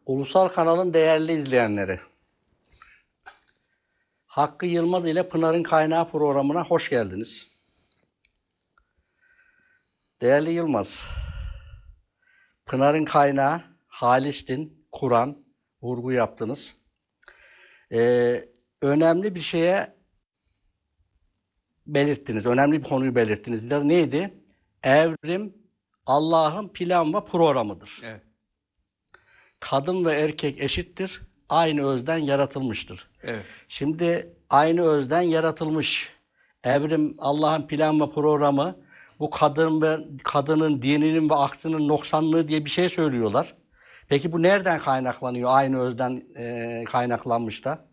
Ulusal kanalın değerli izleyenleri, Hakkı Yılmaz ile Pınar'ın Kaynağı programına hoş geldiniz. Değerli Yılmaz, Pınar'ın Kaynağı, halis din, Kur'an, vurgu yaptınız. Önemli bir şeye belirttiniz, önemli bir konuyu belirttiniz. Neydi? Evrim, Allah'ın plan ve programıdır. Evet. Kadın ve erkek eşittir, aynı özden yaratılmıştır. Evet. Şimdi aynı özden yaratılmış evrim, Allah'ın plan ve programı, bu kadın ve kadının dininin ve aklının noksanlığı diye bir şey söylüyorlar. Peki bu nereden kaynaklanıyor? Aynı özden kaynaklanmış da.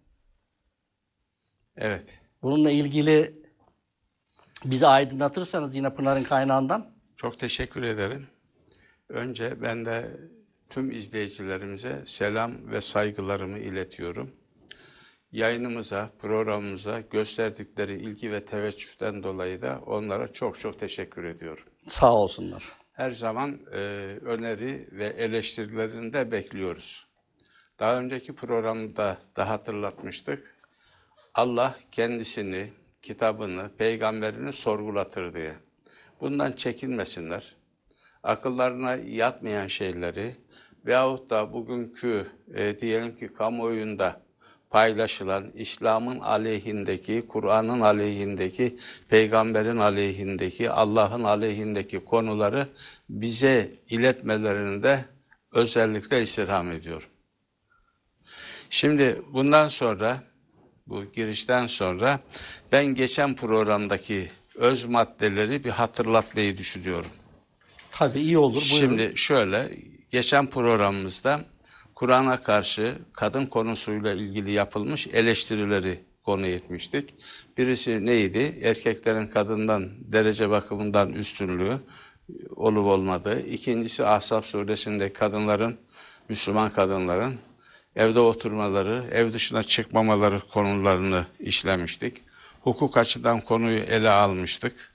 Evet. Bununla ilgili bizi aydınlatırsanız yine Pınar'ın Kaynağı'ndan. Çok teşekkür ederim. Önce ben de tüm izleyicilerimize selam ve saygılarımı iletiyorum. Yayınımıza, programımıza gösterdikleri ilgi ve teveccühten dolayı da onlara çok çok teşekkür ediyorum. Sağ olsunlar. Her zaman öneri ve eleştirilerini de bekliyoruz. Daha önceki programda da hatırlatmıştık. Allah kendisini, kitabını, peygamberini sorgulatır diye. Bundan çekinmesinler. Akıllarına yatmayan şeyleri veyahut da bugünkü diyelim ki kamuoyunda paylaşılan İslam'ın aleyhindeki, Kur'an'ın aleyhindeki, peygamberin aleyhindeki, Allah'ın aleyhindeki konuları bize iletmelerini de özellikle istirham ediyorum. Şimdi bundan sonra, bu girişten sonra ben geçen programdaki öz maddeleri bir hatırlatmayı düşünüyorum. Tabii iyi olur. Buyurun. Şimdi şöyle, geçen programımızda Kur'an'a karşı kadın konusuyla ilgili yapılmış eleştirileri konu etmiştik. Birisi neydi? Erkeklerin kadından derece bakımından üstünlüğü olup olmadığı. İkincisi Ahzab suresinde kadınların, Müslüman kadınların evde oturmaları, ev dışına çıkmamaları konularını işlemiştik. Hukuk açıdan konuyu ele almıştık.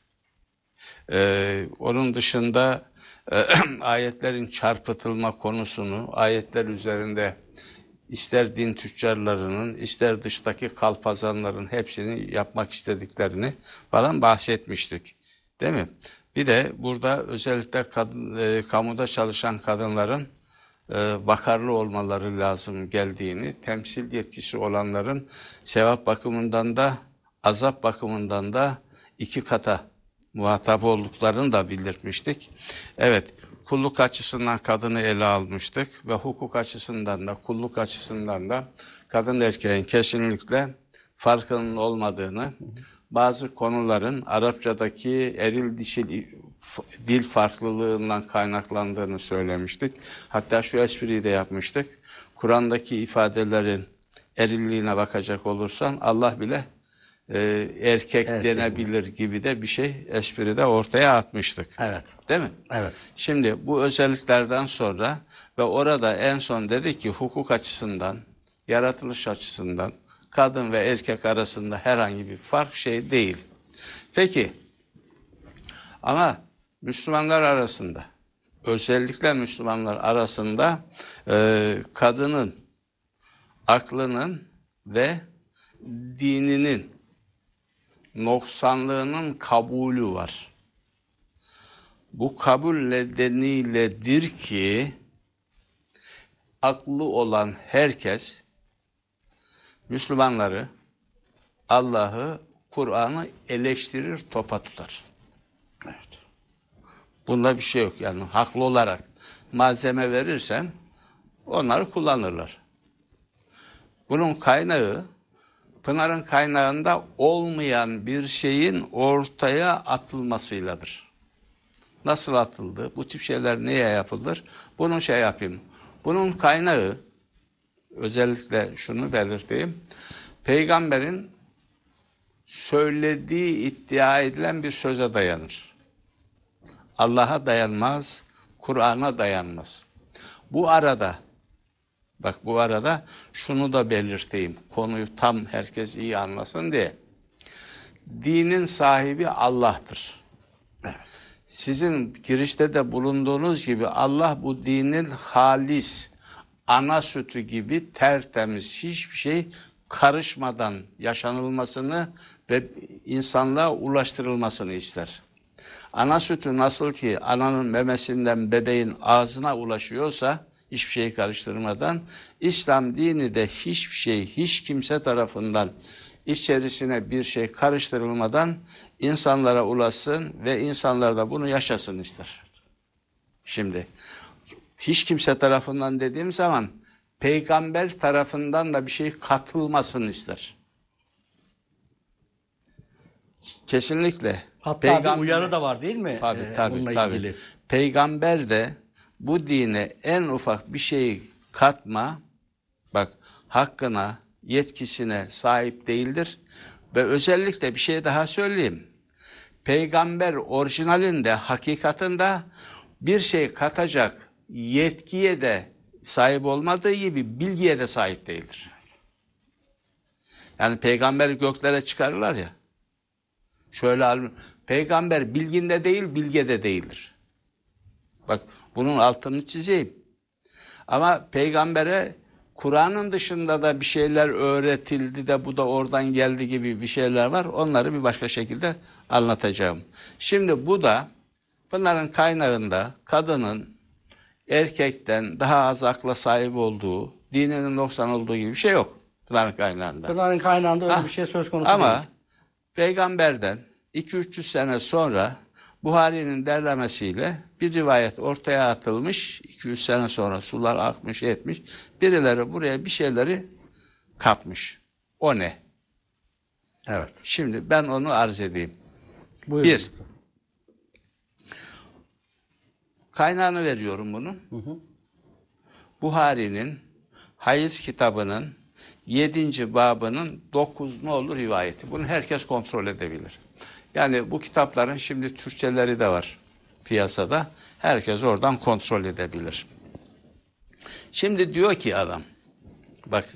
Onun dışında ayetlerin çarpıtılma konusunu, ayetler üzerinde ister din tüccarlarının, ister dıştaki kalpazanların hepsini yapmak istediklerini falan bahsetmiştik. Değil mi? Bir de burada özellikle kamuda çalışan kadınların vakarlı olmaları lazım geldiğini, temsil yetkisi olanların sevap bakımından da, azap bakımından da iki kata muhatap olduklarını da belirtmiştik. Evet, kulluk açısından kadını ele almıştık ve hukuk açısından da, kulluk açısından da kadın erkeğin kesinlikle farkının olmadığını, bazı konuların Arapçadaki eril dişil dil farklılığından kaynaklandığını söylemiştik. Hatta şu espriyi de yapmıştık. Kur'an'daki ifadelerin erilliğine bakacak olursan Allah bile erkek denebilir gibi de bir şey espride ortaya atmıştık. Evet. Değil mi? Evet. Şimdi bu özelliklerden sonra ve orada en son dedi ki hukuk açısından, yaratılış açısından kadın ve erkek arasında herhangi bir fark şey değil. Peki ama Müslümanlar arasında, özellikle Müslümanlar arasında kadının aklının ve dininin noksanlığının kabulü var. Bu kabul nedeniyledir ki aklı olan herkes Müslümanları, Allah'ı, Kur'an'ı eleştirir, topa tutar. Evet. Bunda bir şey yok yani haklı olarak malzeme verirsen onları kullanırlar. Bunun kaynağı Pınar'ın kaynağında olmayan bir şeyin ortaya atılmasıyladır. Nasıl atıldı? Bu tip şeyler neye yapılır? Bunu şey yapayım. Bunun kaynağı, özellikle şunu belirteyim. Peygamberin söylediği iddia edilen bir söze dayanır. Allah'a dayanmaz, Kur'an'a dayanmaz. Bu arada şunu da belirteyim. Konuyu tam herkes iyi anlasın diye. Dinin sahibi Allah'tır. Evet. Sizin girişte de bulunduğunuz gibi Allah bu dinin halis, ana sütü gibi tertemiz, hiçbir şey karışmadan yaşanılmasını ve insanlığa ulaştırılmasını ister. Ana sütü nasıl ki ananın memesinden bebeğin ağzına ulaşıyorsa hiçbir şeyi karıştırmadan, İslam dini de hiçbir şey, hiç kimse tarafından içerisine bir şey karıştırılmadan insanlara ulaşsın ve insanlar da bunu yaşasın ister. Şimdi hiç kimse tarafından dediğim zaman peygamber tarafından da bir şey katılmasını ister. Kesinlikle. Hatta bir uyarı da var değil mi? Tabii. Peygamber de bu dine en ufak bir şeyi katma, bak, hakkına, yetkisine sahip değildir. Ve özellikle bir şey daha söyleyeyim. Peygamber orijinalinde, hakikatinde bir şey katacak yetkiye de sahip olmadığı gibi bilgiye de sahip değildir. Yani peygamberi göklere çıkarırlar ya. Şöyle, peygamber bilginde değil, bilgede değildir. Bak, bunun altını çizeyim. Ama peygambere Kur'an'ın dışında da bir şeyler öğretildi de bu da oradan geldi gibi bir şeyler var. Onları bir başka şekilde anlatacağım. Şimdi bu da bunların kaynağında kadının erkekten daha az akla sahip olduğu, dininin noksan olduğu gibi bir şey yok. Bunların kaynağında. Bunların kaynağında öyle bir şey söz konusu ama değil. Peygamberden 200-300 sene sonra Buhari'nin derlemesiyle bir rivayet ortaya atılmış. 200 sene sonra sular akmış etmiş. Birileri buraya bir şeyleri katmış. O ne? Evet. Şimdi ben onu arz edeyim. Buyurun. Bir, kaynağını veriyorum bunun. Buhari'nin Hayız kitabının 7. babının 9 nolu rivayeti. Bunu herkes kontrol edebilir. Yani bu kitapların şimdi Türkçeleri de var piyasada. Herkes oradan kontrol edebilir. Şimdi diyor ki adam, bak,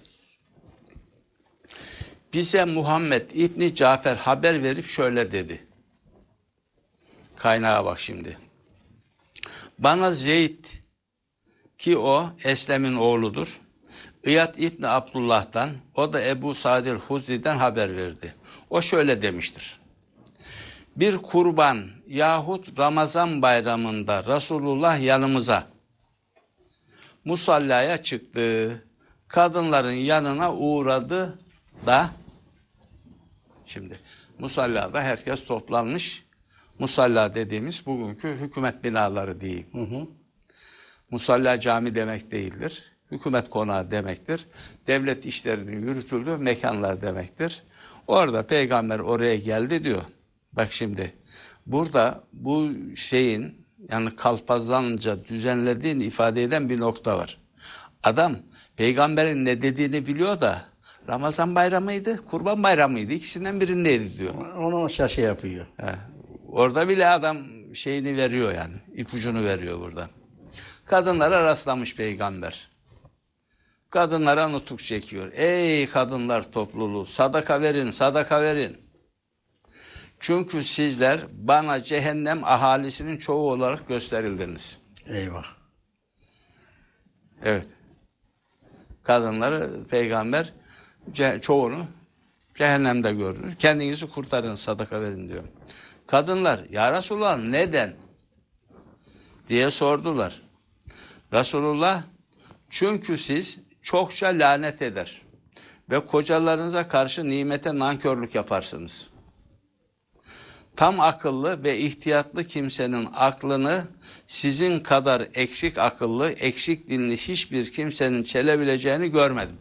bize Muhammed İbni Cafer haber verip şöyle dedi. Kaynağa bak şimdi. Bana Zeyd, ki o Eslem'in oğludur, İyad İbni Abdullah'tan, o da Ebu Sa'dil Huzri'den haber verdi. O şöyle demiştir. Bir kurban yahut Ramazan bayramında Resulullah yanımıza musallaya çıktı. Kadınların yanına uğradı da, şimdi musallada herkes toplanmış. Musalla dediğimiz bugünkü hükümet binaları diyeyim. Musalla cami demek değildir. Hükümet konağı demektir. Devlet işlerinin yürütüldüğü mekanlar demektir. Orada peygamber oraya geldi diyor. Bak şimdi burada bu şeyin, yani kalpazanca düzenlediğini ifade eden bir nokta var. Adam peygamberin ne dediğini biliyor da Ramazan bayramıydı, Kurban bayramıydı, ikisinden birindeydi diyor. Onu şey yapıyor. Orada bile adam şeyini veriyor, yani ipucunu veriyor burada. Kadınlara rastlamış peygamber. Kadınlara nutuk çekiyor. Ey kadınlar topluluğu, sadaka verin, sadaka verin. Çünkü sizler bana cehennem ahalisinin çoğu olarak gösterildiniz. Eyvah. Evet. Kadınları peygamber çoğunu cehennemde görür. Kendinizi kurtarın, sadaka verin diyor. Kadınlar, ya Resulullah neden diye sordular. Resulullah, çünkü siz çokça lanet eder ve kocalarınıza karşı nimete nankörlük yaparsınız. Tam akıllı ve ihtiyatlı kimsenin aklını sizin kadar eksik akıllı, eksik dinli hiçbir kimsenin çelebileceğini görmedim.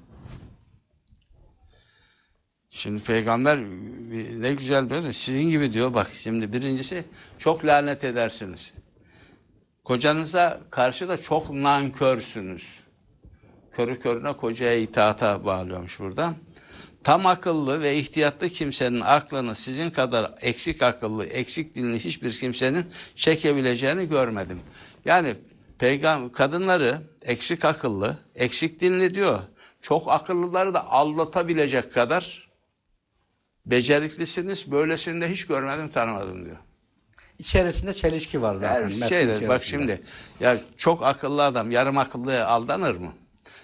Şimdi peygamber ne güzel böyle, sizin gibi diyor, bak şimdi birincisi çok lanet edersiniz. Kocanıza karşı da çok nankörsünüz. Körü körüne kocaya itaata bağlıyormuş burada. Tam akıllı ve ihtiyatlı kimsenin aklını sizin kadar eksik akıllı, eksik dinli hiçbir kimsenin çekebileceğini görmedim. Yani kadınları eksik akıllı, eksik dinli diyor. Çok akıllıları da aldatabilecek kadar beceriklisiniz. Böylesini de hiç görmedim, tanımadım diyor. İçerisinde çelişki var zaten. Bak şimdi, ya çok akıllı adam yarım akıllıya aldanır mı?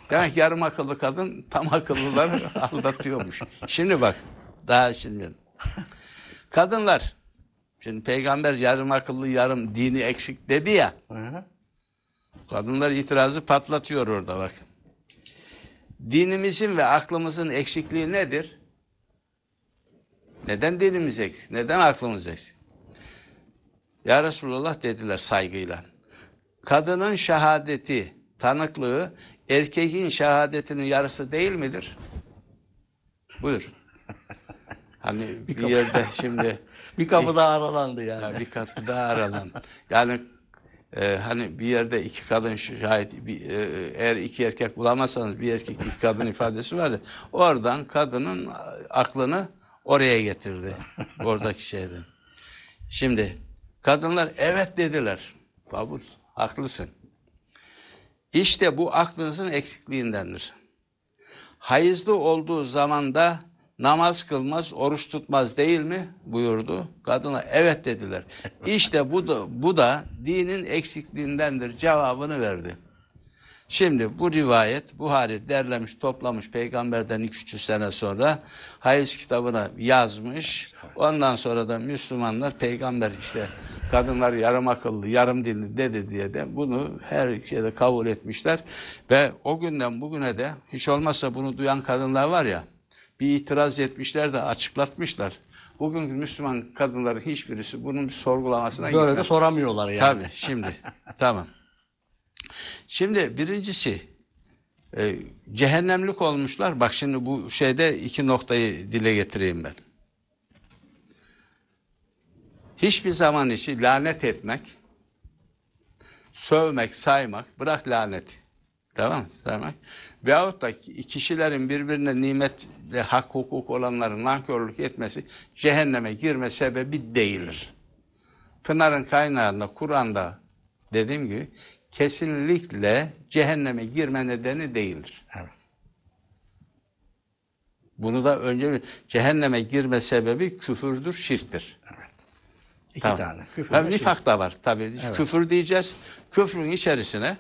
Demek ki yarım akıllı kadın tam akıllıları aldatıyormuş. Şimdi bak, daha şimdi. Kadınlar, şimdi peygamber yarım akıllı yarım dini eksik dedi ya. Hı. Kadınlar itirazı patlatıyor orada bak. Dinimizin ve aklımızın eksikliği nedir? Neden dinimiz eksik? Neden aklımız eksik? Ya Resulullah dediler saygıyla. Kadının şehadeti, tanıklığı erkeğin şehadetinin yarısı değil midir? Buyur. Hani bir yerde şimdi Bir kapı daha aralandı yani. ya bir kapı daha aralan. Yani hani bir yerde iki kadın şahit, eğer iki erkek bulamazsanız bir erkek iki kadın ifadesi var ya, oradan kadının aklını oraya getirdi. Oradaki şeyden. Şimdi kadınlar evet dediler. Babul, haklısın. İşte bu aklınızın eksikliğindendir. Hayızlı olduğu zamanda namaz kılmaz, oruç tutmaz değil mi? Buyurdu. Kadına evet dediler. İşte bu da dinin eksikliğindendir cevabını verdi. Şimdi bu rivayet Buhari derlemiş, toplamış peygamberden 200 sene sonra hayız kitabına yazmış. Ondan sonra da Müslümanlar peygamber işte kadınlar yarım akıllı, yarım dinli dedi diye de bunu her şeyde kabul etmişler. Ve o günden bugüne de hiç olmazsa bunu duyan kadınlar var ya, bir itiraz etmişler de açıklatmışlar. Bugünkü Müslüman kadınların hiçbirisi bunun bir sorgulamasına gitmez. Böyle de soramıyorlar yani. Tabii şimdi tamam. Şimdi birincisi cehennemlik olmuşlar. Bak şimdi bu şeyde iki noktayı dile getireyim ben. Hiçbir zaman için lanet etmek, sövmek, saymak, bırak laneti. Tamam mı? Tamam. Veyahut da kişilerin birbirine nimet ve hak hukuk olanların nankörlük etmesi cehenneme girme sebebi değildir. Pınarın kaynağında Kur'an'da dediğim gibi kesinlikle cehenneme girme nedeni değildir. Evet. Bunu da önce cehenneme girme sebebi küfürdür, şirktir. Evet. İki Tamam. tane. Küfür Hem ve nifak da var tabii. Evet. Küfür diyeceğiz. Küfrün içerisine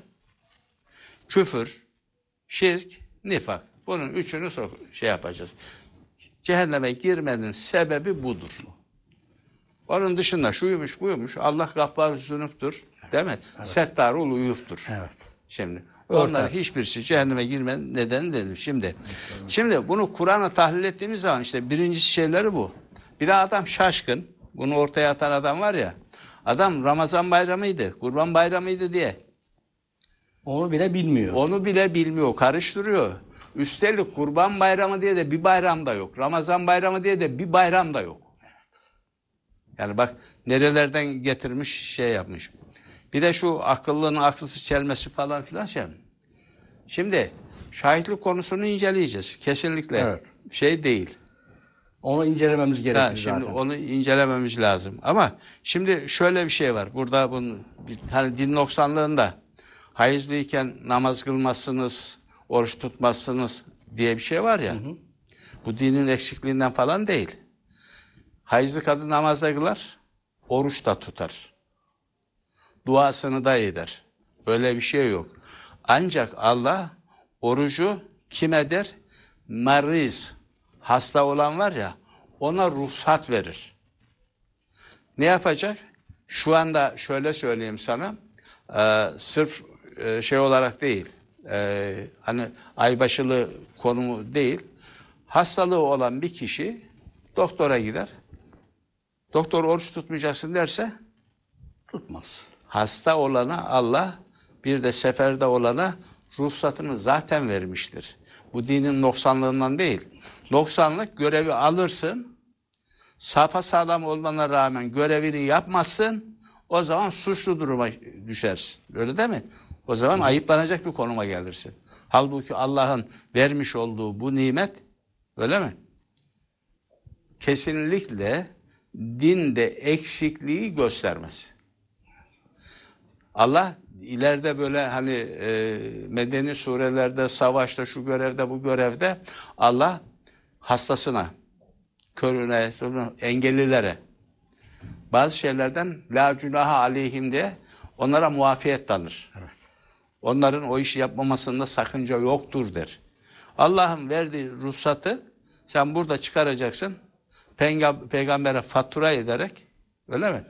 küfür, şirk, nifak. Bunun üçünü şey yapacağız. Cehenneme girmenin sebebi budur. Onun dışında şuymuş buymuş. Allah gaffar-ı zünüptür. Değil mi? Evet. Settar-ul uyuftur. Evet. Şimdi Örter. onların hiçbirisi cehenneme girmenin nedeni dedim. Şimdi bunu Kur'an'a tahlil ettiğimiz zaman işte birinci şeyleri bu. Bir de adam şaşkın. Bunu ortaya atan adam var ya. Adam Ramazan bayramıydı, Kurban bayramıydı diye. Onu bile bilmiyor. Onu bile bilmiyor, karıştırıyor. Üstelik Kurban bayramı diye de bir bayram da yok. Ramazan bayramı diye de bir bayram da yok. Yani bak nerelerden getirmiş şey yapmış. Bir de şu akıllının aksızı çelmesi falan filan şey. Şimdi şahitlik konusunu inceleyeceğiz. Kesinlikle Evet. şey değil. Onu incelememiz gerekir Şimdi zaten. onu incelememiz lazım. Ama şimdi şöyle bir şey var. Burada bunun hani din noksanlığında hayızlıyken namaz kılmazsınız, oruç tutmazsınız diye bir şey var ya. Hı hı. Bu dinin eksikliğinden falan değil. Hayızlı kadın namaz da kılar, oruç da tutar. Duasını da eder. Böyle bir şey yok. Ancak Allah orucu kime der? Mariz, hasta olan var ya, ona ruhsat verir. Ne yapacak? Şu anda şöyle söyleyeyim sana, sırf şey olarak değil, hani aybaşılı konumu değil, hastalığı olan bir kişi doktora gider. Doktor oruç tutmayacaksın derse tutmaz. Hasta olana Allah bir de seferde olana ruhsatını zaten vermiştir. Bu dinin noksanlığından değil. Noksanlık görevi alırsın, sapasağlam olmana rağmen görevini yapmazsın, o zaman suçlu duruma düşersin. Öyle değil mi? O zaman ayıplanacak bir konuma gelirsin. Halbuki Allah'ın vermiş olduğu bu nimet, öyle mi? Kesinlikle dinde eksikliği göstermez. Allah ileride böyle hani medeni surelerde, savaşta, şu görevde, bu görevde Allah hastasına, körüne, engellilere bazı şeylerden la cunaha aleyhim diye onlara muafiyet tanır. Evet. Onların o işi yapmamasında sakınca yoktur der. Allah'ın verdiği ruhsatı sen burada çıkaracaksın. Peygambere fatura ederek, öyle mi?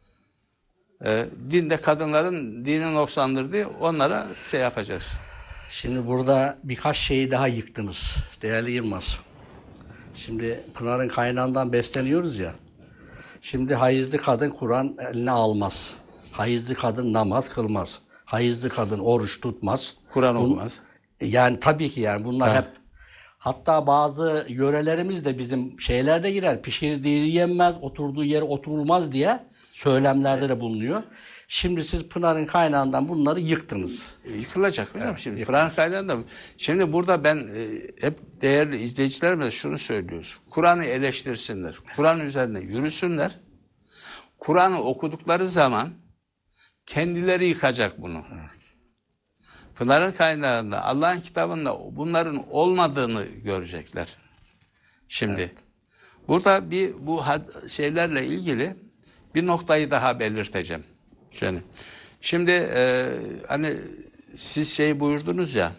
Dinde kadınların dini noksandır diye onlara şey yapacaksın. Şimdi burada birkaç şeyi daha yıktınız değerli Yılmaz. Şimdi Pınar'ın kaynağından besleniyoruz ya. Şimdi hayızlı kadın Kur'an eline almaz. Hayızlı kadın namaz kılmaz. Hayızlı kadın oruç tutmaz. Kur'an okumaz. Yani tabii ki yani bunlar Ha. hep, hatta bazı yörelerimiz de bizim şeylerde girer. Pişirdiği yenmez, oturduğu yere oturulmaz diye söylemlerde de bulunuyor. Şimdi siz Pınar'ın kaynağından bunları yıktınız. Yıkılacak hocam şimdi. Kur'an kaynağında. Şimdi burada ben hep değerli izleyicilerime şunu söylüyoruz. Kur'an'ı eleştirsinler. Kur'an üzerine yürüsünler. Kur'an'ı okudukları zaman kendileri yıkacak bunu. Pınar'ın kaynağında, Allah'ın kitabında bunların olmadığını görecekler. Şimdi burada bu şeylerle ilgili bir noktayı daha belirteceğim. Şimdi hani siz şey buyurdunuz ya,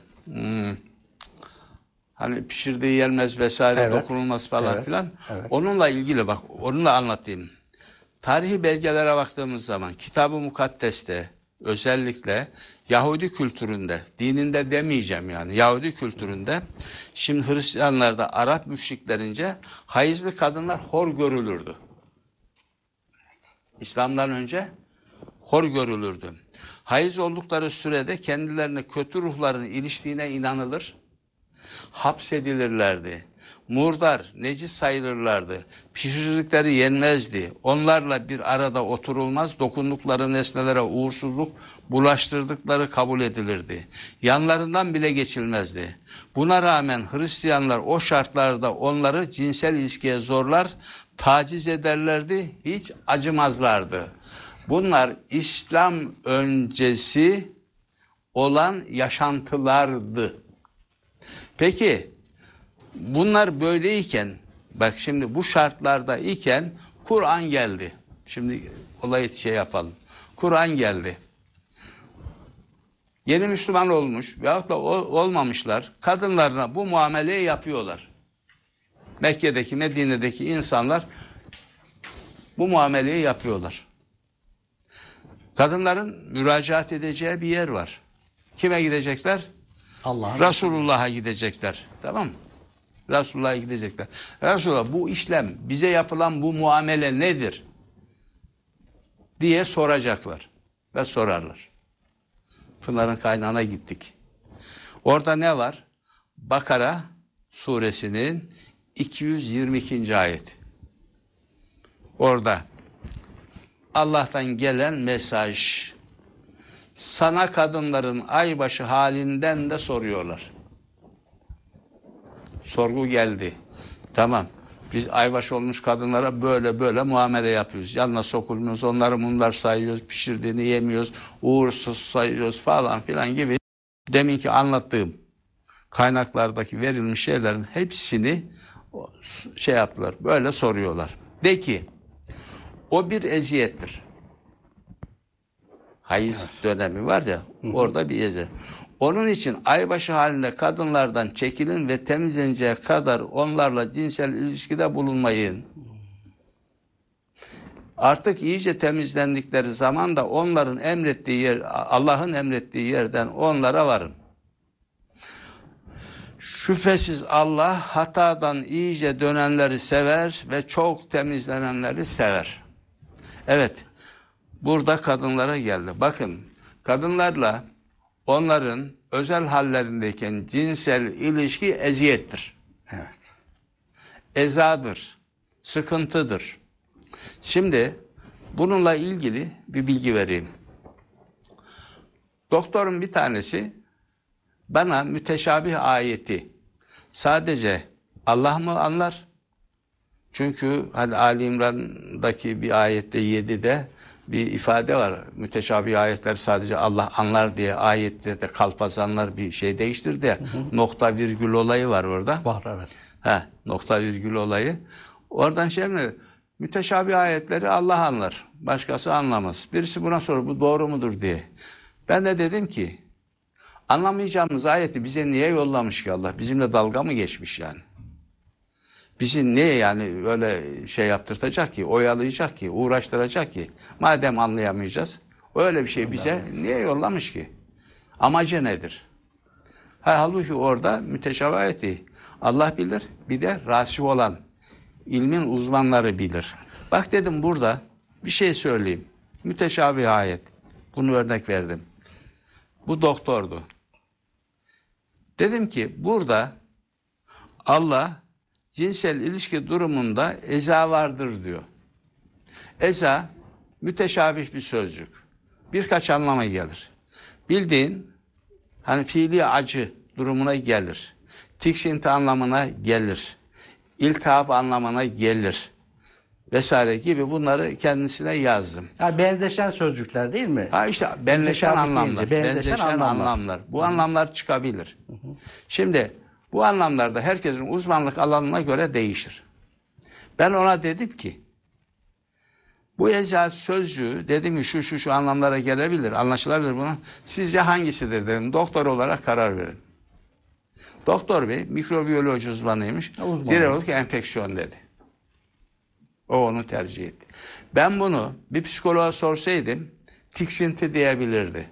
hani pişirdiği yenmez vesaire, Evet. dokunulmaz falan Evet. filan. Evet. Onunla ilgili bak, onunla anlatayım. Tarihi belgelere baktığımız zaman Kitab-ı Mukaddes'te özellikle Yahudi kültüründe, dininde demeyeceğim yani, Yahudi kültüründe, şimdi Hristiyanlarda, Arap müşriklerince hayızlı kadınlar hor görülürdü. İslam'dan önce hor görülürdü. Hayız oldukları sürede kendilerine kötü ruhların iliştiğine inanılır, hapsedilirlerdi. Murdar, necis sayılırlardı. Pişirdikleri yenmezdi. Onlarla bir arada oturulmaz, dokundukları nesnelere uğursuzluk bulaştırdıkları kabul edilirdi. Yanlarından bile geçilmezdi. Buna rağmen Hristiyanlar o şartlarda onları cinsel ilişkiye zorlar, taciz ederlerdi, hiç acımazlardı. Bunlar İslam öncesi olan yaşantılardı. Peki, bunlar böyleyken, bak şimdi bu şartlarda iken Kur'an geldi. Şimdi olayı şey yapalım. Kur'an geldi. Yeni Müslüman olmuş veyahut da olmamışlar, kadınlarına bu muameleyi yapıyorlar. Mekke'deki, Medine'deki insanlar bu muameleyi yapıyorlar. Kadınların müracaat edeceği bir yer var. Kime gidecekler? Resulullah'a gidecekler. Tamam mı? Resulullah'a gidecekler. Resulullah, bu işlem, bize yapılan bu muamele nedir diye soracaklar. Ve sorarlar. Pınar'ın kaynağına gittik. Orada ne var? Bakara suresinin 222. ayet. Orada Allah'tan gelen mesaj. Sana kadınların aybaşı halinden de soruyorlar. Sorgu geldi. Tamam. Biz aybaşı olmuş kadınlara böyle böyle muamele yapıyoruz. Yanına sokulmuyoruz. Onları bunlar sayıyoruz. Pişirdiğini yemiyoruz. Uğursuz sayıyoruz falan filan gibi. Deminki anlattığım kaynaklardaki verilmiş şeylerin hepsini şey yaptılar. Böyle soruyorlar. De ki o bir eziyettir. Hayız dönemi var ya, orada bir eziyet. Onun için aybaşı halinde kadınlardan çekilin ve temizleninceye kadar onlarla cinsel ilişkide bulunmayın. Artık iyice temizlendikleri zaman da onların emrettiği yer, Allah'ın emrettiği yerden onlara varın. Şüphesiz Allah hatadan iyice dönenleri sever ve çok temizlenenleri sever. Evet, burada kadınlara geldi. Bakın, kadınlarla onların özel hallerindeyken cinsel ilişki eziyettir. Evet. Ezadır, sıkıntıdır. Şimdi bununla ilgili bir bilgi vereyim. Doktorun bir tanesi bana müteşabih ayeti sadece Allah mı anlar? Çünkü hani Ali İmran'daki bir ayette 7'de bir ifade var. Müteşabih ayetler sadece Allah anlar diye ayette de kalpazanlar bir şey değiştirdi ya. Nokta virgül olayı var orada. Var, evet. Nokta virgül olayı. Oradan şey mi? Müteşabih ayetleri Allah anlar. Başkası anlamaz. Birisi buna soruyor, bu doğru mudur diye. Ben de dedim ki Anlamayacağımız ayeti bize niye yollamış ki Allah? Bizimle dalga mı geçmiş yani? Bizi niye yani öyle şey yaptırtacak ki, oyalayacak ki, uğraştıracak ki? Madem anlayamayacağız, öyle bir şey bize niye yollamış ki? Amacı nedir? Halbuki orada müteşabihati Allah bilir, bir de rasih olan ilmin uzmanları bilir. Bak dedim burada bir şey söyleyeyim. Müteşabih ayet. Bunu örnek verdim. Bu doktordu. Dedim ki burada Allah cinsel ilişki durumunda eza vardır diyor. Eza müteşabih bir sözcük. Birkaç anlama gelir. Bildiğin hani fiili acı durumuna gelir. Tiksinti anlamına gelir. İltihap anlamına gelir. Vesaire gibi bunları kendisine yazdım. Ha, benzeşen sözcükler değil mi? Ha işte benzeşen anlamlar. Benzeşen anlamlar. Bu anlamlar çıkabilir. Şimdi bu anlamlarda herkesin uzmanlık alanına göre değişir. Ben ona dedim ki bu eza sözcüğü dedim ki şu anlamlara gelebilir, anlaşılabilir bunu. Sizce hangisidir dedim. Doktor olarak karar verin. Doktor bey mikrobiyoloji uzmanıymış. Direkt enfeksiyon dedi. O onu tercih etti. Ben bunu bir psikoloğa sorsaydım tiksinti diyebilirdi.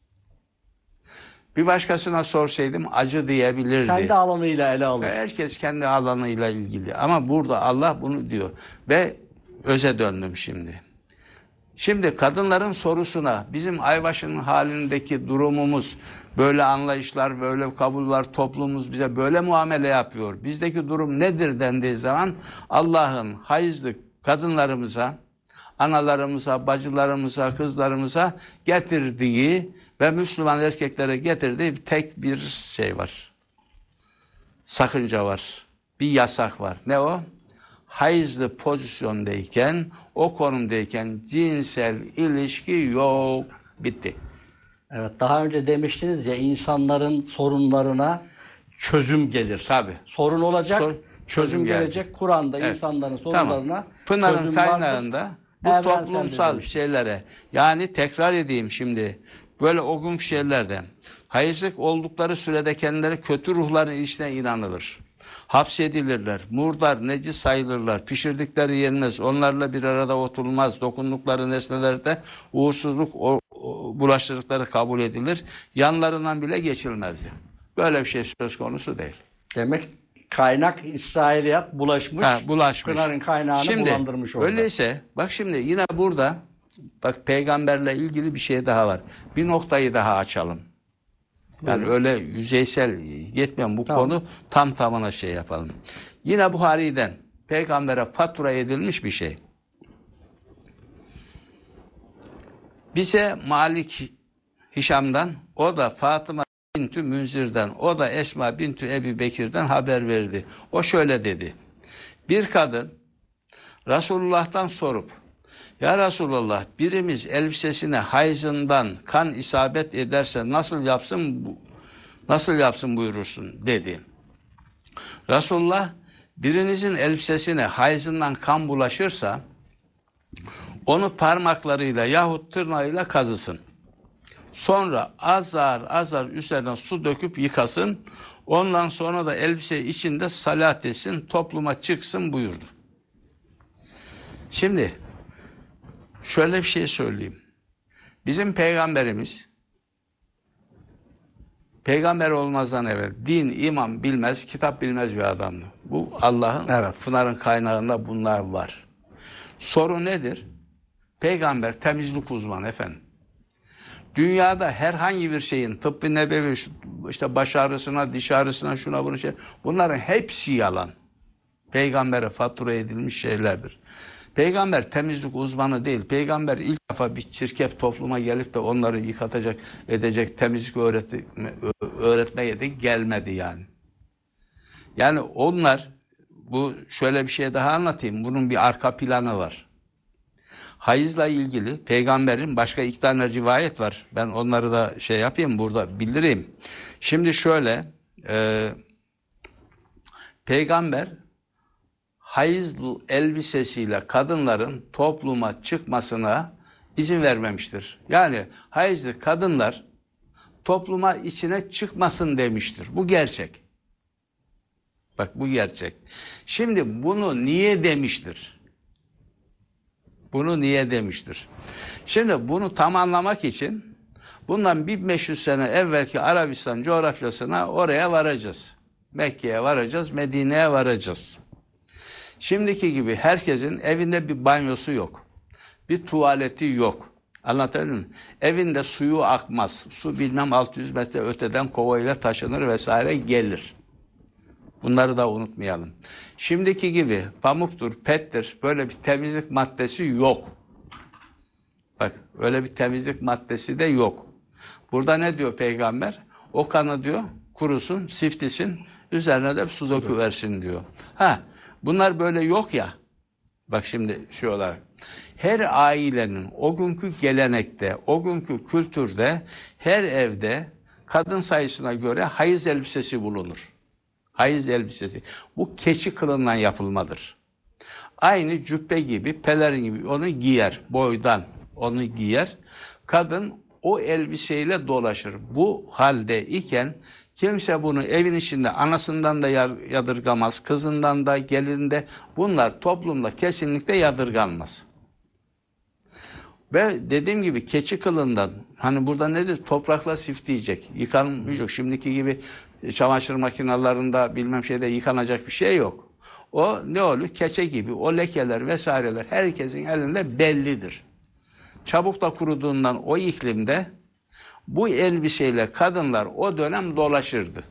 Bir başkasına sorsaydım acı diyebilirdi. Kendi alanıyla ele alır. Herkes kendi alanıyla ilgili. Ama burada Allah bunu diyor. Ve öze döndüm şimdi. Şimdi kadınların sorusuna bizim Ayvaş'ın halindeki durumumuz, böyle anlayışlar, böyle kabuller, toplumumuz bize böyle muamele yapıyor. Bizdeki durum nedir dendiği zaman Allah'ın hayızlı kadınlarımıza, analarımıza, bacılarımıza, kızlarımıza getirdiği ve Müslüman erkeklere getirdiği tek bir şey var. Sakınca var. Bir yasak var. Ne o? Hayızlı pozisyondayken, o konumdayken cinsel ilişki yok. Bitti. Evet, daha önce demiştiniz ya, insanların sorunlarına çözüm gelir. Tabii. Sorun olacak, çözüm geldi. gelecek. Kur'an'da Evet. insanların sorunlarına Tamam. Pınar'ın çözüm kaynağında vardır. bu Evrenseldir toplumsal demiştim. şeylere, yani tekrar edeyim şimdi, böyle o günkü şeylerden, hayızlık oldukları sürede kendileri kötü ruhların işine inanılır. Hapsedilirler, murdar, necis sayılırlar, pişirdikleri yenmez, onlarla bir arada oturulmaz, dokundukları nesnelerde uğursuzluk bulaştırdıkları kabul edilir, yanlarından bile geçilmezdi. Böyle bir şey söz konusu değil. Demek kaynak İsrailiyat bulaşmış. Bulaşmış. Pınar'ın kaynağını bulandırmış orada. Öyleyse bak şimdi yine burada bak peygamberle ilgili bir şey daha var. Bir noktayı daha açalım. Yani Buyurun. öyle yüzeysel yetmeyen bu Tamam. konu tam tamına şey yapalım. Yine Buhari'den peygambere fatura edilmiş bir şey. Bize Malik Hişam'dan, o da Fatıma bintü Münzir'den, o da Esma bintü Ebi Bekir'den haber verdi. O şöyle dedi. Bir kadın Resulullah'tan sorup, ya Resulullah, birimiz elbisesine hayzından kan isabet ederse nasıl yapsın buyurursun dedi. Resulullah, birinizin elbisesine hayzından kan bulaşırsa onu parmaklarıyla yahut tırnağıyla kazısın. Sonra azar azar üzerinden su döküp yıkasın. Ondan sonra da elbise içinde salat etsin, topluma çıksın buyurdu. Şimdi şöyle bir şey söyleyeyim. Bizim peygamberimiz peygamber olmazdan evvel din, iman bilmez, kitap bilmez bir adamdı. Bu Allah'ın Pınar'ın kaynağında bunlar var. Soru nedir? Peygamber temizlik uzmanı efendim. Dünyada herhangi bir şeyin tıbbi nebevi, işte baş ağrısına, diş ağrısına, şuna bunu bunların hepsi yalan. Peygambere fatura edilmiş şeylerdir. Peygamber temizlik uzmanı değil. Peygamber ilk defa bir çirkef topluma gelip de onları yıkatacak, edecek, temizlik öğretmeye de gelmedi yani. Yani onlar, bu şöyle bir şey daha anlatayım. Bunun bir arka planı var. Hayızla ilgili peygamberin başka 2 tane rivayet var. Ben onları da şey yapayım, burada bildireyim. Şimdi şöyle, peygamber hayız elbisesiyle kadınların topluma çıkmasına izin vermemiştir. Yani hayızlı kadınlar topluma içine çıkmasın demiştir. Bu gerçek. Bak bu gerçek. Şimdi bunu niye demiştir? Bunu niye demiştir? Şimdi bunu tam anlamak için bundan 1500 sene evvelki Arabistan coğrafyasına oraya varacağız. Mekke'ye varacağız, Medine'ye varacağız. Şimdiki gibi herkesin evinde bir banyosu yok. Bir tuvaleti yok. Anlatabildim mi? Evinde suyu akmaz. Su bilmem 600 metre öteden kovayla taşınır vesaire gelir. Bunları da unutmayalım. Şimdiki gibi pamuktur, pettir böyle bir temizlik maddesi yok. Bak öyle bir temizlik maddesi de yok. Burada ne diyor peygamber? O kanı diyor kurusun, siftisin, üzerine de su döküversin diyor. Bunlar böyle yok ya. Bak şimdi şu olarak. Her ailenin o günkü gelenekte, o günkü kültürde her evde kadın sayısına göre hayız elbisesi bulunur. Hayız elbisesi. Bu keçi kılından yapılmadır. Aynı cübbe gibi, pelerin gibi onu giyer. Boydan onu giyer. Kadın o elbiseyle dolaşır. Bu halde iken kimse bunu evin içinde anasından da yadırgamaz, kızından da, gelinde bunlar toplumda kesinlikle yadırganmaz. Ve dediğim gibi keçi kılından, hani burada nedir? Toprakla siftleyecek, yıkanmayacak. Şimdiki gibi çamaşır makinelerinde bilmem şeyde yıkanacak bir şey yok. O ne olur? Keçe gibi o lekeler vesaireler herkesin elinde bellidir. Çabuk da kuruduğundan o iklimde bu elbiseyle kadınlar o dönem dolaşırdı.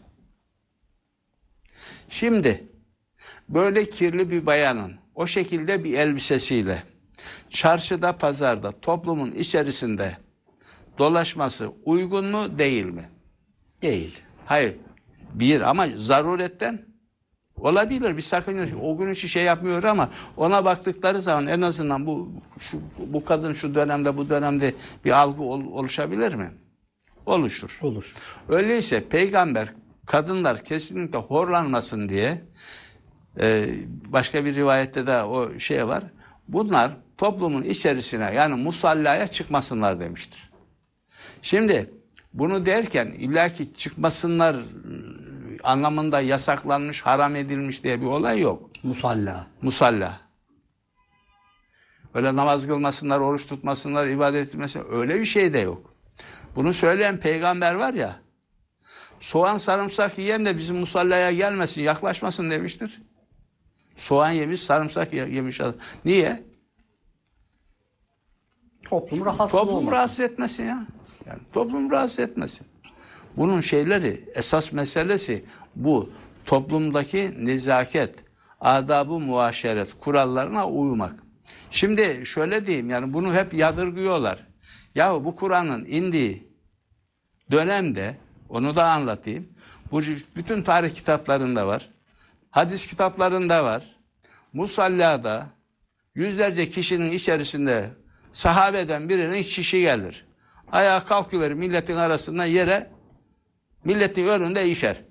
Şimdi böyle kirli bir bayanın o şekilde bir elbisesiyle çarşıda, pazarda, toplumun içerisinde dolaşması uygun mu, değil mi? Değil. Hayır. Bir ama zaruretten olabilir. Bir sakınca yok. O gün şey yapmıyor ama ona baktıkları zaman en azından bu kadın şu dönemde, bu dönemde bir algı oluşabilir mi? Oluşur. Olur. Öyleyse peygamber kadınlar kesinlikle horlanmasın diye başka bir rivayette de o şey var. Bunlar toplumun içerisine yani musallaya çıkmasınlar demiştir. Şimdi bunu derken illaki çıkmasınlar anlamında yasaklanmış, haram edilmiş diye bir olay yok. Musalla. Musalla. Öyle namaz kılmasınlar, oruç tutmasınlar, ibadet etmesinler. Öyle bir şey de yok. Bunu söyleyen peygamber var ya, soğan sarımsak yiyen de bizim musallaya gelmesin, yaklaşmasın demiştir. Soğan yemiş, sarımsak yemiş adam. Niye? Toplum rahatsız etmesin ya. Yani toplum rahatsız etmesin. Bunun şeyleri, esas meselesi bu. Toplumdaki nezaket, adab-ı muaşeret kurallarına uymak. Şimdi şöyle diyeyim, yani bunu hep yadırgıyorlar. Yahu bu Kur'an'ın indiği dönemde, onu da anlatayım. Bu bütün tarih kitaplarında var. Hadis kitaplarında var. Musallada yüzlerce kişinin içerisinde sahabeden birinin çişi gelir. Ayağa kalkıverir milletin arasından yere, milletin önünde işer.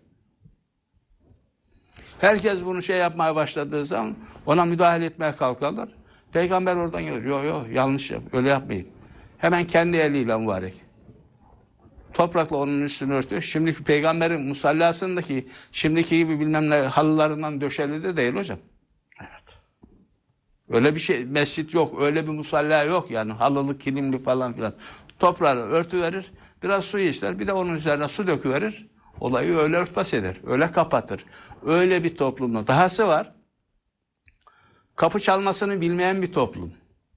Herkes bunu şey yapmaya başladığı zaman ona müdahale etmeye kalkarlar. Peygamber oradan gelir. Yok yanlış yap. Öyle yapmayın. Hemen kendi eliyle mübarek. Toprakla onun üstünü örtüyor. Şimdiki peygamberin musallasındaki şimdiki gibi bilmem ne halılarından döşeli de değil hocam. Evet. Öyle bir şey, mescit yok. Öyle bir musalla yok yani. Halılı, kilimli falan filan. Toprağı örtüverir. Biraz su ister. Bir de onun üzerine su döküverir. Olayı öyle örtbas eder. Öyle kapatır. Öyle bir toplumda. Dahası var. Kapı çalmasını bilmeyen bir toplum.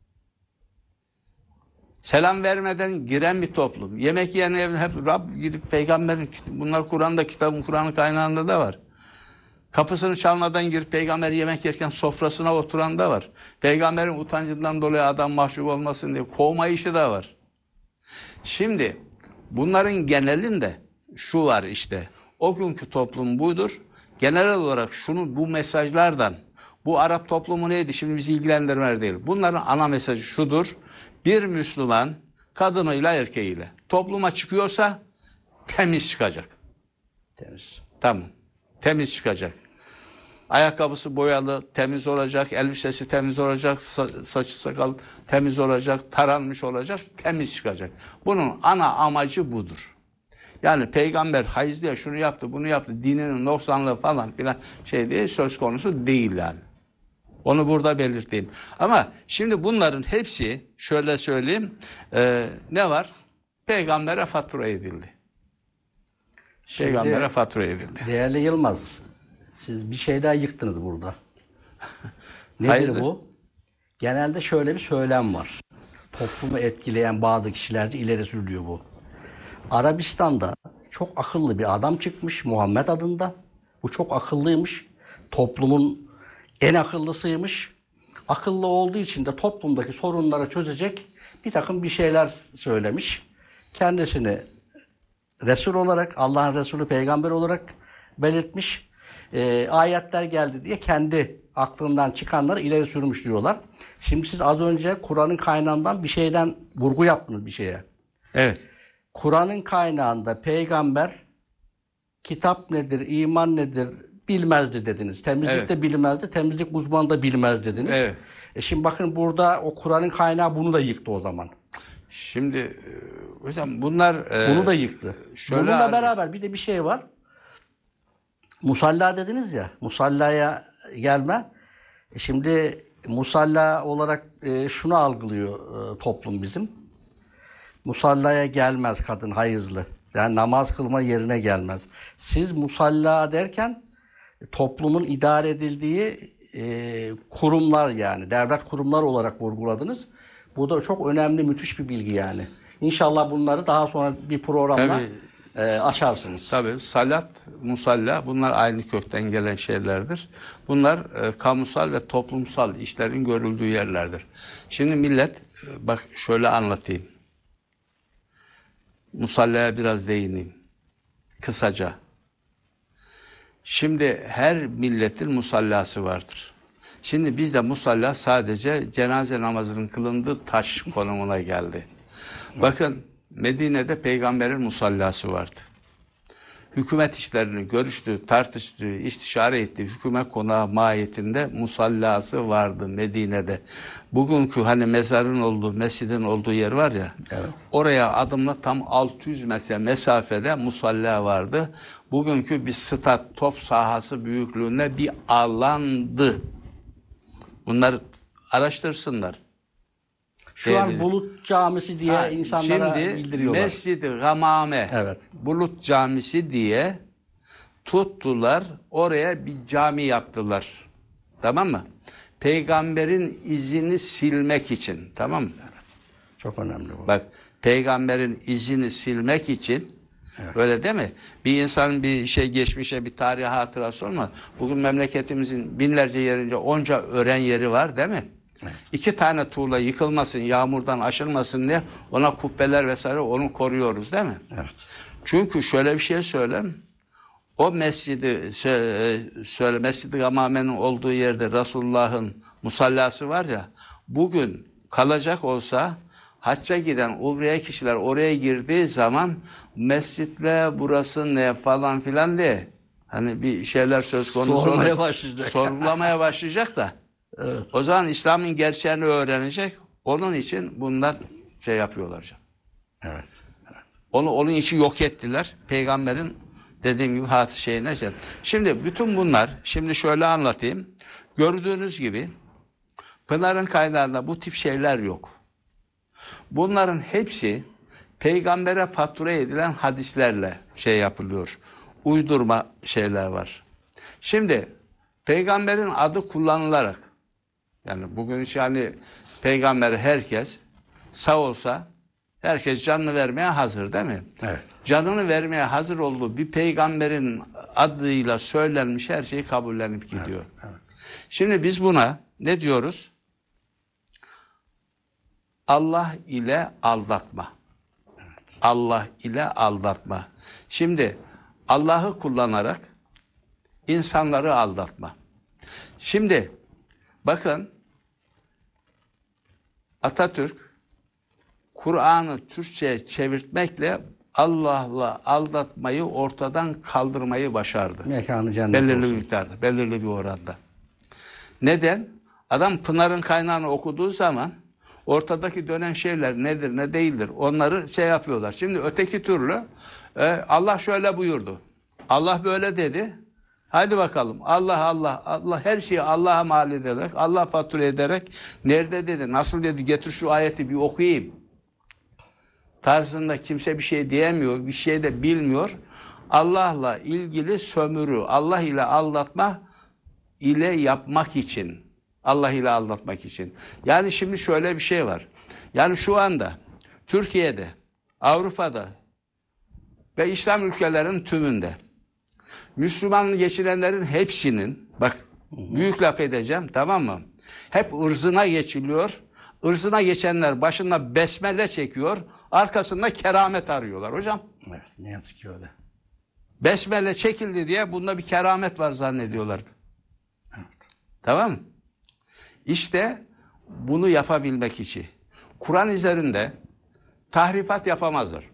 Selam vermeden giren bir toplum. Yemek yiyen evine hep Rab gidip peygamberin, bunlar Kur'an'da, kitabın Kur'an'ın kaynağında da var. Kapısını çalmadan girip peygamber yemek yerken sofrasına oturan da var. Peygamberin utancından dolayı adam mahcup olmasın diye kovma işi de var. Şimdi bunların genelinde şu var işte. O günkü toplum budur. Genel olarak bu mesajlardan, bu Arap toplumu neydi şimdi bizi ilgilendirmer değil. Bunların ana mesajı şudur. Bir Müslüman kadınıyla erkeğiyle topluma çıkıyorsa temiz çıkacak. Temiz. Tamam. Temiz çıkacak. Ayakkabısı boyalı, temiz olacak, elbisesi temiz olacak, saçı sakal temiz olacak, taranmış olacak, temiz çıkacak. Bunun ana amacı budur. Yani peygamber hayız diye şunu yaptı, bunu yaptı, dininin noksanlığı falan filan şey değil, söz konusu değil yani. Onu burada belirteyim. Ama şimdi bunların hepsi, şöyle söyleyeyim, ne var? Peygambere fatura edildi. Peygambere fatura edildi. Değerli Yılmaz, siz bir şey daha yıktınız burada. Nedir Hayırdır? bu? Genelde şöyle bir söylem var. Toplumu etkileyen bazı kişilerce ileri sürülüyor bu. Arabistan'da çok akıllı bir adam çıkmış Muhammed adında. Bu çok akıllıymış. Toplumun en akıllısıymış. Akıllı olduğu için de toplumdaki sorunları çözecek bir takım bir şeyler söylemiş. Kendisini Resul olarak, Allah'ın Resulü peygamber olarak belirtmiş. Ayetler geldi diye kendi aklından çıkanları ileri sürmüş diyorlar. Şimdi siz az önce Kur'an'ın kaynağından bir şeyden vurgu yaptınız bir şeye. Evet. Kur'an'ın kaynağında peygamber kitap nedir, iman nedir bilmezdi dediniz. Temizlik Evet. de bilmezdi, temizlik uzmanı da bilmez dediniz. Evet. Şimdi bakın burada o Kur'an'ın kaynağı bunu da yıktı o zaman. Şimdi hocam bunlar Bunu da yıktı. şöyle Bununla abi- beraber bir de bir şey var. Musalla dediniz ya, musallaya gelme. Şimdi musalla olarak şunu algılıyor toplum bizim. Musallaya gelmez kadın hayızlı. Yani namaz kılma yerine gelmez. Siz musalla derken toplumun idare edildiği kurumlar yani devlet kurumlar olarak vurguladınız. Bu da çok önemli, müthiş bir bilgi yani. İnşallah bunları daha sonra bir programda açarsınız. Tabii salat, musalla bunlar aynı kökten gelen şeylerdir. Bunlar kamusal ve toplumsal işlerin görüldüğü yerlerdir. Şimdi millet bak şöyle anlatayım. Musallaya biraz değineyim. Kısaca. Şimdi her milletin musallası vardır. Şimdi bizde musalla sadece cenaze namazının kılındığı taş konumuna geldi. Bakın Medine'de peygamberin musallası vardı. Hükümet işlerini görüştüğü, tartıştığı, istişare ettiği hükümet konağı mahiyetinde musallası vardı Medine'de. Bugünkü hani mezarın olduğu, mescidin olduğu yer var ya, Evet. oraya adımla tam 600 metre mesafede musalla vardı. Bugünkü bir stat, top sahası büyüklüğünde bir alandı. Bunları araştırsınlar. Şu an Bulut Camisi diye insanlara şimdi bildiriyorlar. Mescid-i Gamame, Evet. Bulut Camisi diye tuttular, oraya bir cami yaptılar. Tamam mı? Peygamberin izini silmek için, tamam mı? Çok önemli bu. Bak, peygamberin izini silmek için, öyle değil mi? Bir insanın bir şey geçmişe, bir tarihi hatırası olmaz. Bugün memleketimizin binlerce yerince onca öğren yeri var, değil mi? Evet. 2 tane tuğla yıkılmasın, yağmurdan aşılmasın diye ona kubbeler vesaire onu koruyoruz, değil mi? Evet. Çünkü şöyle bir şey söyleyeyim. O Mescid-i Gamame'nin olduğu yerde Resulullah'ın musallası var ya, bugün kalacak olsa hacca giden umreye kişiler oraya girdiği zaman mescitle burası ne falan filan diye hani bir şeyler söz konusu Sormaya olur. başlayacak. Sorgulamaya başlayacak da. Evet. O zaman İslam'ın gerçeğini öğrenecek. Onun için bunlar şey yapıyorlar canım. Evet. Onun için yok ettiler. Peygamberin dediğim gibi şeyine. Şimdi bütün bunlar, şimdi şöyle anlatayım. Gördüğünüz gibi Pınar'ın kaynağında bu tip şeyler yok. Bunların hepsi peygambere fatura edilen hadislerle şey yapılıyor. Uydurma şeyler var. Şimdi peygamberin adı kullanılarak, yani bugün hiç yani peygamber herkes sağ olsa herkes canını vermeye hazır, değil mi? Evet. Canını vermeye hazır olduğu bir peygamberin adıyla söylenmiş her şey kabullenip gidiyor. Evet, evet. Şimdi biz buna ne diyoruz? Allah ile aldatma. Evet. Allah ile aldatma. Şimdi Allah'ı kullanarak insanları aldatma. Şimdi bakın Atatürk Kur'an'ı Türkçe'ye çevirtmekle Allah'la aldatmayı ortadan kaldırmayı başardı. Mekanı cennet Belirli olsun. bir miktarda, belirli bir oranda. Neden? Adam Pınar'ın kaynağını okuduğu zaman ortadaki dönen şeyler nedir, ne değildir onları şey yapıyorlar. Şimdi öteki türlü Allah şöyle buyurdu. Allah böyle dedi. Hadi bakalım. Allah her şeyi Allah'a mal ederek, Allah fatura ederek nerede dedi, nasıl dedi, getir şu ayeti bir okuyayım tarzında kimse bir şey diyemiyor, bir şey de bilmiyor. Allah'la ilgili sömürü, Allah ile aldatma ile yapmak için. Allah ile aldatmak için. Yani şimdi şöyle bir şey var. Yani şu anda Türkiye'de, Avrupa'da ve İslam ülkelerinin tümünde Müslüman geçirenlerin hepsinin, bak büyük laf edeceğim, tamam mı? Hep ırzına geçiliyor. Irzına geçenler başına besmele çekiyor. Arkasında keramet arıyorlar hocam. Evet, ne yazık ki öyle. Besmele çekildi diye bunda bir keramet var zannediyorlar. Evet. Tamam mı? İşte bunu yapabilmek için Kur'an üzerinde tahrifat yapamazlar.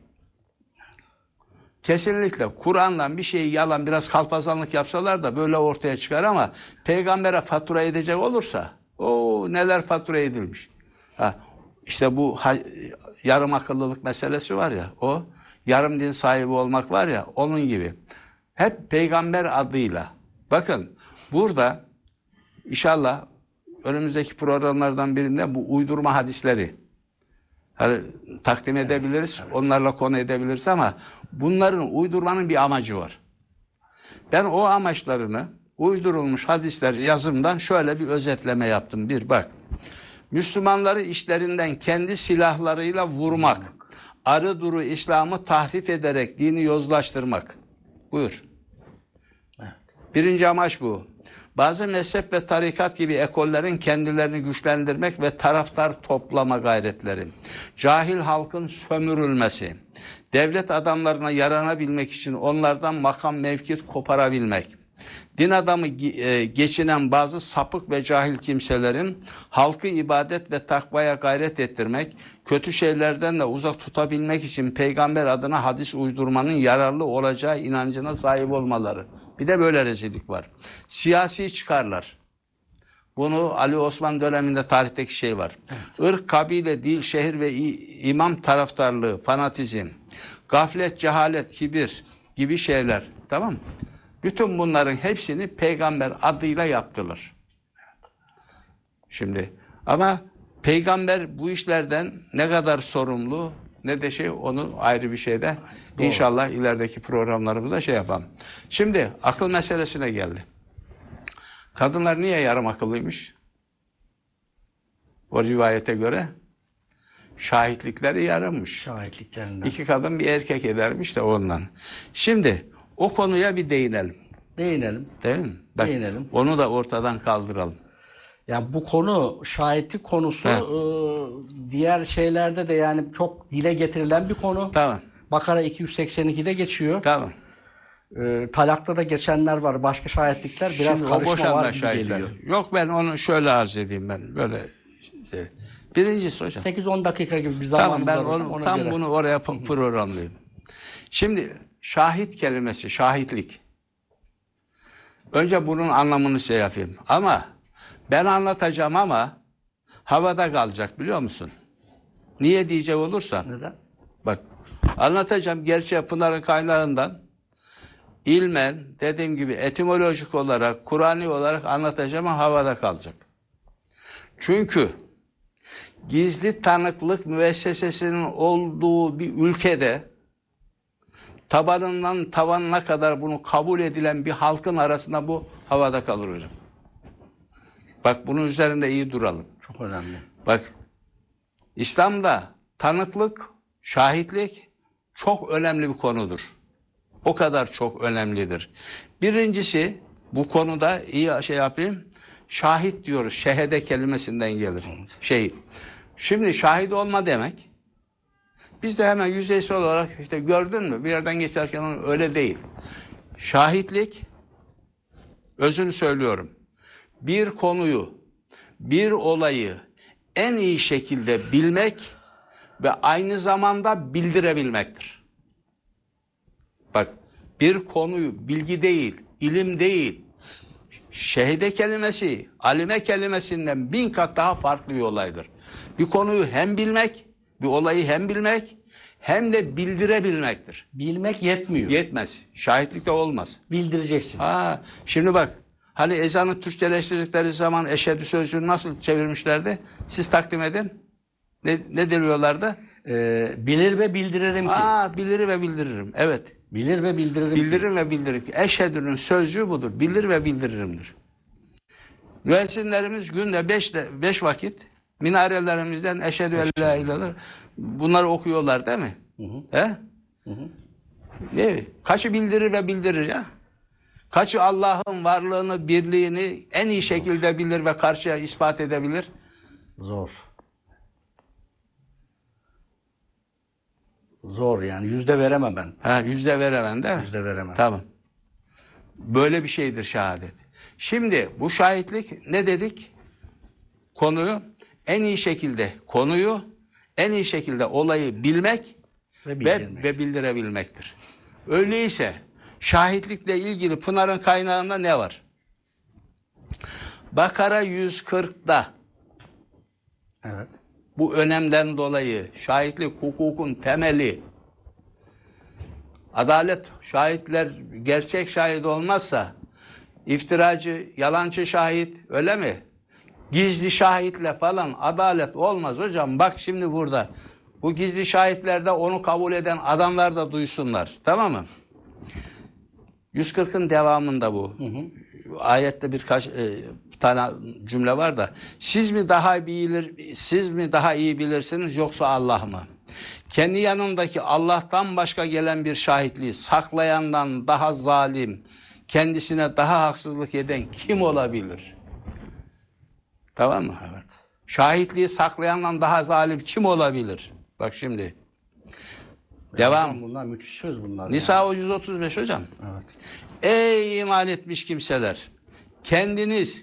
Kesinlikle Kur'an'dan bir şeyi yalan, biraz kalpazanlık yapsalar da böyle ortaya çıkar ama peygambere fatura edecek olursa o neler fatura edilmiş. İşte bu yarım akıllılık meselesi var ya, o yarım din sahibi olmak var ya, onun gibi. Hep peygamber adıyla. Bakın burada inşallah önümüzdeki programlardan birinde bu uydurma hadisleri takdim edebiliriz. Evet. Onlarla konu edebiliriz ama bunların, uydurmanın bir amacı var. Ben o amaçlarını uydurulmuş hadisler yazımdan şöyle bir özetleme yaptım. Bir bak. Müslümanları işlerinden kendi silahlarıyla vurmak, arı duru İslam'ı tahrif ederek dini yozlaştırmak. Buyur. Evet. Birinci amaç bu. Bazı mezhep ve tarikat gibi ekollerin kendilerini güçlendirmek ve taraftar toplama gayretleri, cahil halkın sömürülmesi, devlet adamlarına yaranabilmek için onlardan makam mevkit koparabilmek, din adamı geçinen bazı sapık ve cahil kimselerin halkı ibadet ve takvaya gayret ettirmek, kötü şeylerden de uzak tutabilmek için peygamber adına hadis uydurmanın yararlı olacağı inancına sahip olmaları. Bir de böyle rezillik var. Siyasi çıkarlar. Bunu Ali Osman döneminde tarihteki şey var. Evet. Irk, kabile, dil, şehir ve imam taraftarlığı, fanatizm, gaflet, cehalet, kibir gibi şeyler. Tamam mı? Bütün bunların hepsini peygamber adıyla yaptılar. Şimdi ama peygamber bu işlerden ne kadar sorumlu ne de şey, onu ayrı bir şeyde doğru. İnşallah ilerideki programlarımızda şey yapalım. Şimdi akıl meselesine geldi. Kadınlar niye yarım akıllıymış? O rivayete göre şahitlikleri yarımmış. Şahitliklerinden. 2 kadın bir erkek edermiş de ondan. Şimdi o konuya bir değinelim. Değinelim. Değil mi? Bak, değinelim. Onu da ortadan kaldıralım. Yani bu konu, şahitlik konusu diğer şeylerde de yani çok dile getirilen bir konu. Tamam. Bakara 282'de geçiyor. Tamam. Talakta da geçenler var. Başka şahitlikler biraz şimdi karışma var gibi geliyor. Yok, ben onu şöyle arz edeyim ben. Böyle şey. Birincisi hocam. 8-10 dakika gibi bir zaman. Tamam, ben tam göre bunu oraya programlayayım. Şimdi şahit kelimesi, şahitlik. Önce bunun anlamını şey yapayım. Ama ben anlatacağım ama havada kalacak, biliyor musun? Niye diyecek olursa. Neden? Bak, anlatacağım gerçeği Pınar'ın kaynağından. İlmen, dediğim gibi etimolojik olarak, Kur'ani olarak anlatacağım ama havada kalacak. Çünkü gizli tanıklık müessesesinin olduğu bir ülkede tabanından tavanına kadar bunu kabul edilen bir halkın arasında bu havada kalır hocam. Bak, bunun üzerinde iyi duralım. Çok önemli. Bak, İslam'da tanıklık, şahitlik çok önemli bir konudur. O kadar çok önemlidir. Birincisi, bu konuda iyi şey yapayım. Şahit diyoruz. Şehede kelimesinden gelir. Şimdi şahit olma demek. Biz de hemen yüzeysel olarak işte gördün mü bir yerden geçerken öyle değil. Şahitlik, özünü söylüyorum, bir konuyu, bir olayı en iyi şekilde bilmek ve aynı zamanda bildirebilmektir. Bak, bir konuyu, bilgi değil, ilim değil, şehide kelimesi, alime kelimesinden 1000 kat daha farklı bir olaydır. Bir konuyu hem bilmek, bir olayı hem bilmek, hem de bildirebilmektir. Bilmek yetmiyor. Yetmez. Şahitlik de olmaz. Bildireceksin. Şimdi bak, hani ezanı Türkçeleştirdikleri zaman eşhedü sözcüğünü nasıl çevirmişlerdi? Siz takdim edin. Ne diyorlardı? Bilir ve bildiririm ki. Bilir ve bildiririm. Evet. Bilir ve bildiririm Bildiririm ve bildiririm ki. Eşhedünün sözcüğü budur. Bilir ve bildiririmdir. Müezzinlerimiz günde 5 vakit minarelerimizden eşhedü en la ilahe illallah bunları okuyorlar değil mi? He? Değil mi? Kaçı bildirir ve bildirir ya? Kaçı Allah'ın varlığını, birliğini en iyi şekilde bilir ve karşıya ispat edebilir? Zor. Zor yani. Yüzde veremem ben. Yüzde veremem değil mi? Yüzde veremem. Tamam. Böyle bir şeydir şehadet. Şimdi bu şahitlik ne dedik? Konuyu en iyi şekilde olayı bilmek ve bildirebilmektir. Öyleyse şahitlikle ilgili Pınar'ın kaynağında ne var? Bakara 140'da. Evet. Bu önemden dolayı şahitlik hukukun temeli. Adalet, şahitler gerçek şahit olmazsa iftiracı, yalancı şahit, öyle mi? Gizli şahitle falan adalet olmaz hocam. Bak şimdi burada. Bu gizli şahitlerde onu kabul eden adamlar da duysunlar. Tamam mı? 140'ın devamında bu. Ayette birkaç tane cümle var da. Siz mi daha iyi bilirsiniz yoksa Allah mı? Kendi yanındaki Allah'tan başka gelen bir şahitliği saklayandan daha zalim, kendisine daha haksızlık eden kim olabilir? Tamam mı? Evet. Şahitliği saklayandan daha zalim kim olabilir? Bak şimdi. Devam. Bunlar müthiş söz bunlar. Nisa yani. 135 hocam. Evet. Ey iman etmiş kimseler! Kendiniz,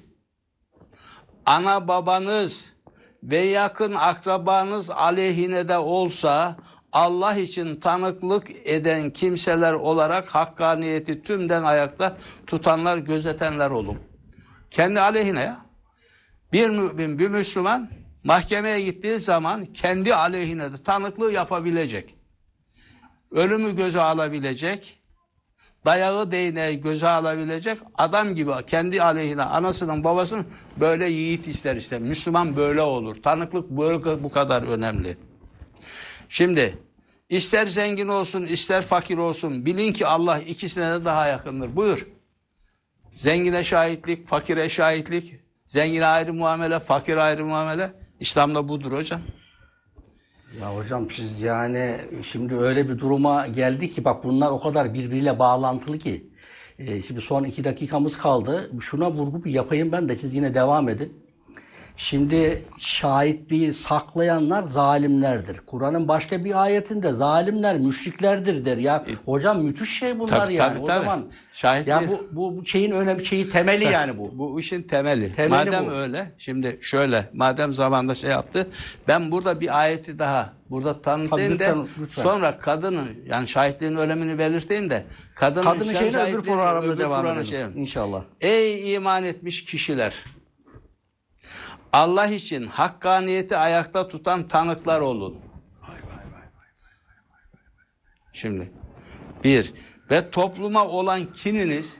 ana babanız ve yakın akrabanız aleyhine de olsa Allah için tanıklık eden kimseler olarak hakkaniyeti tümden ayakta tutanlar, gözetenler olun. Kendi aleyhine ya. Bir mümin, bir Müslüman mahkemeye gittiği zaman kendi aleyhine de tanıklığı yapabilecek. Ölümü göze alabilecek, dayağı değneği göze alabilecek adam gibi kendi aleyhine anasının babasının böyle yiğit ister. Müslüman böyle olur. Tanıklık böyle bu kadar önemli. Şimdi ister zengin olsun ister fakir olsun bilin ki Allah ikisine de daha yakındır. Buyur. Zengine şahitlik, fakire şahitlik, zengine ayrı muamele, fakir ayrı muamele. İslam'da budur hocam. Ya hocam siz yani şimdi öyle bir duruma geldi ki bak bunlar o kadar birbiriyle bağlantılı ki. Şimdi son 2 dakikamız kaldı. Şuna vurgu bir yapayım ben de siz yine devam edin. Şimdi şahitliği saklayanlar zalimlerdir. Kur'an'ın başka bir ayetinde zalimler müşriklerdir der. Ya hocam müthiş şey bunlar Tabii, yani. tabii, O tabii. zaman Şahitliği... ya bu şeyin önemli temeli yani bu. Bu işin temeli. Temeli Madem bu. öyle, şimdi şöyle, madem zamanda şey yaptı, ben burada bir ayeti daha burada tanıtayım da lütfen. sonra kadının, yani şahitliğin önemini belirteyim de Kadının şeyine öbür programda devam edelim. Şey. İnşallah. Ey iman etmiş kişiler! Allah için hakkaniyeti ayakta tutan tanıklar olun. Şimdi bir ve topluma olan kininiz,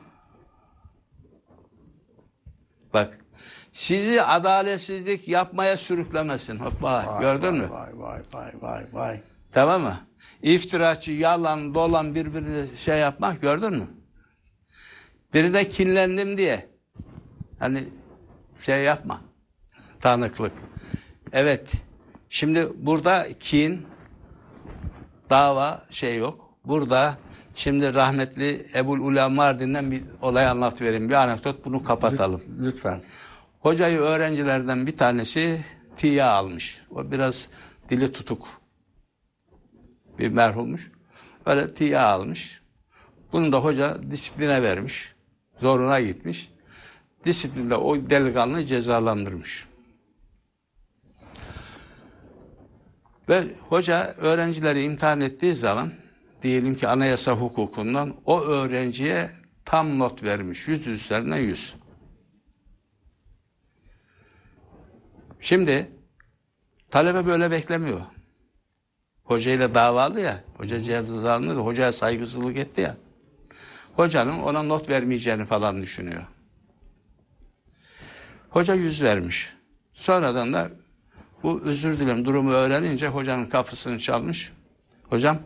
bak, sizi adaletsizlik yapmaya sürüklemesin. Hoppa, gördün mü? Vay. Tamam mı? İftiraçı, yalan, dolan birbirini şey yapmak, gördün mü? Birine kinlendim diye hani şey yapma. Tanıklık. Evet. Şimdi burada kin, dava şey yok. Burada şimdi rahmetli Ebul Ula Mardin'den bir olay anlatıvereyim. Bir anekdot, bunu kapatalım. Lütfen. Hocayı öğrencilerden bir tanesi tiya almış. O biraz dili tutuk bir merhummuş. Böyle tiya almış. Bunu da hoca disipline vermiş. Zoruna gitmiş. Disiplinde o delikanlıyı cezalandırmış. Ve hoca öğrencileri imtihan ettiği zaman diyelim ki anayasa hukukundan o öğrenciye tam not vermiş. 100 üzerinden 100. Şimdi talebe böyle beklemiyor. Hocayla davalı ya. Hoca cezaevinde de hocaya saygısızlık etti ya. Hocanın ona not vermeyeceğini falan düşünüyor. Hoca 100 vermiş. Sonradan da bu özür dilerim durumu öğrenince hocanın kapısını çalmış. Hocam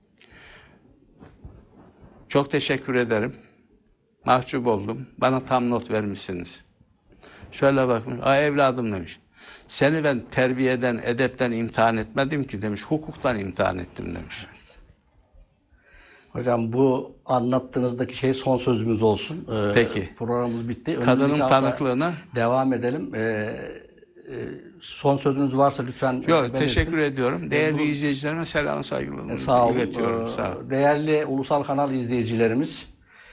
çok teşekkür ederim. Mahcup oldum. Bana tam not vermişsiniz. Şöyle bakmış. Ay evladım demiş. Seni ben terbiyeden, edepten imtihan etmedim ki demiş. Hukuktan imtihan ettim demiş. Hocam bu anlattığınızdaki şey son sözümüz olsun. Peki. Programımız bitti. Kadının Önümüzdeki hafta tanıklığına. devam edelim. Son sözünüz varsa lütfen Yok, belirtin. teşekkür ediyorum. Değerli Bu- izleyicilerime selam saygılarımı Sağ olun. iletiyorum. Sağ olun. Değerli Ulusal Kanal izleyicilerimiz,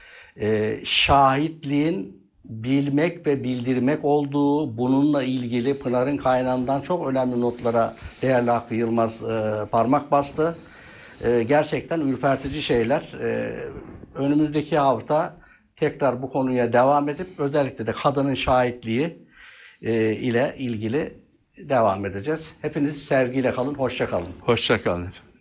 şahitliğin bilmek ve bildirmek olduğu, bununla ilgili Pınar'ın kaynağından çok önemli notlara değerli Hakkı Yılmaz parmak bastı. Gerçekten ürpertici şeyler. Önümüzdeki hafta tekrar bu konuya devam edip özellikle de kadının şahitliği ile ilgili devam edeceğiz. Hepiniz sevgiyle kalın, hoşça kalın. Hoşça kalın.